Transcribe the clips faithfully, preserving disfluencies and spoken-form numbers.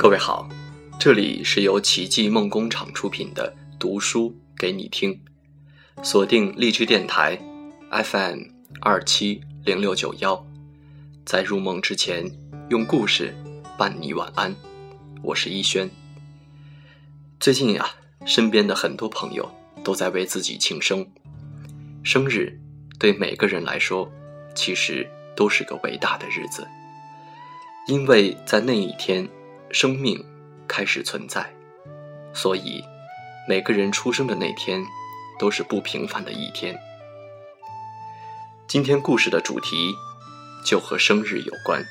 各位好，这里是由奇迹梦工厂出品的读书给你听，锁定荔枝电台 F M 二七零六九一，在入梦之前用故事伴你晚安。我是一轩。最近啊，身边的很多朋友都在为自己庆生。生日对每个人来说其实都是个伟大的日子，因为在那一天生命开始存在，所以每个人出生的那天都是不平凡的一天。今天故事的主题就和生日有关。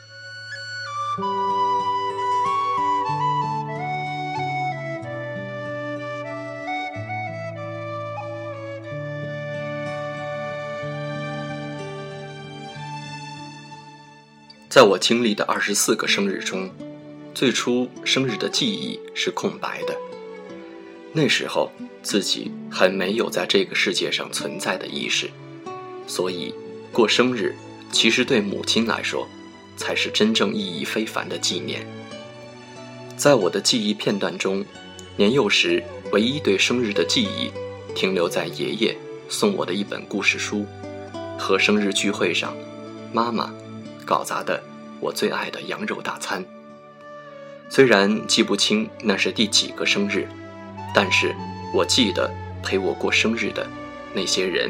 在我经历的二十四个生日中，最初生日的记忆是空白的。那时候自己还没有在这个世界上存在的意识，所以过生日其实对母亲来说才是真正意义非凡的纪念。在我的记忆片段中，年幼时唯一对生日的记忆停留在爷爷送我的一本故事书和生日聚会上妈妈搞砸的我最爱的羊肉大餐。虽然记不清那是第几个生日，但是我记得陪我过生日的那些人。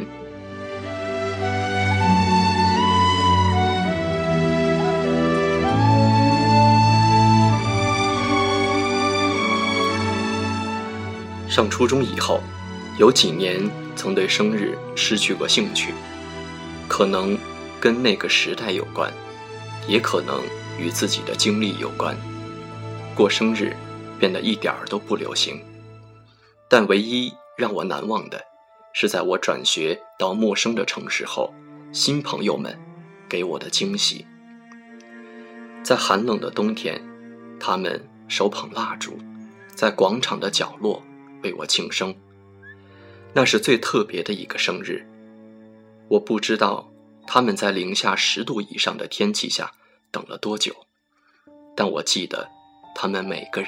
上初中以后，有几年曾对生日失去过兴趣，可能跟那个时代有关，也可能与自己的经历有关。过生日变得一点儿都不流行，但唯一让我难忘的是在我转学到陌生的城市后，新朋友们给我的惊喜。在寒冷的冬天，他们手捧蜡烛，在广场的角落为我庆生。那是最特别的一个生日。我不知道他们在零下十度以上的天气下等了多久，但我记得他们每个人。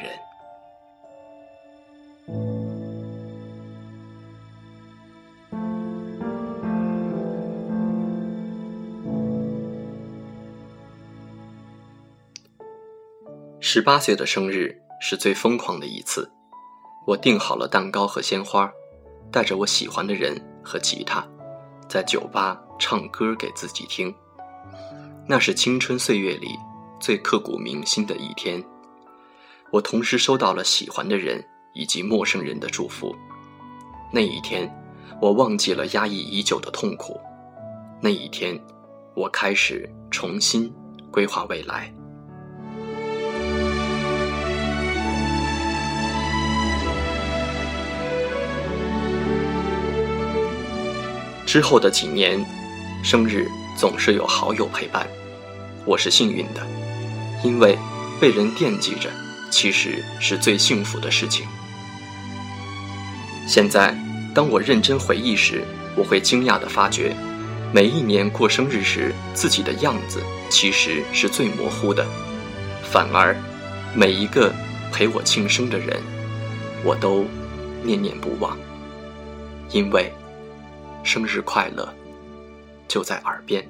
十八岁的生日是最疯狂的一次，我订好了蛋糕和鲜花，带着我喜欢的人和吉他，在酒吧唱歌给自己听。那是青春岁月里最刻骨铭心的一天。我同时收到了喜欢的人以及陌生人的祝福。那一天，我忘记了压抑已久的痛苦。那一天，我开始重新规划未来。之后的几年，生日总是有好友陪伴。我是幸运的，因为被人惦记着其实是最幸福的事情。现在当我认真回忆时，我会惊讶地发觉，每一年过生日时自己的样子其实是最模糊的，反而每一个陪我庆生的人我都念念不忘，因为生日快乐就在耳边。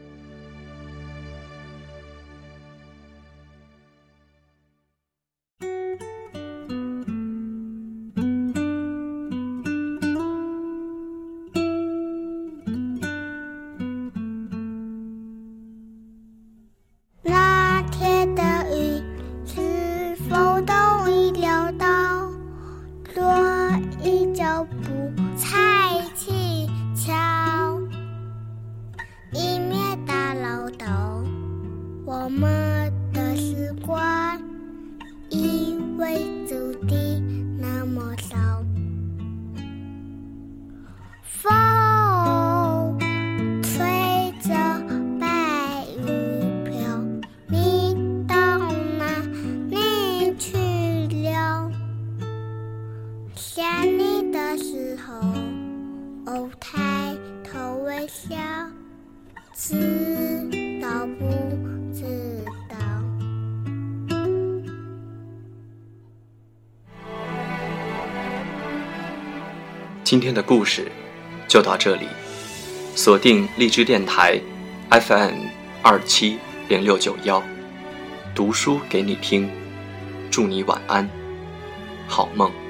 那天的雨是否都已料到，做一脚步踩起桥，一面大老头，我们的时光以为注定那么少。风吹着白雨飘，你到哪里去了？想你的时候，哦，抬头微笑，知道不知道？ 今天的故事就到这里，锁定荔枝电台 F M 二七零六九幺，读书给你听，祝你晚安，好梦。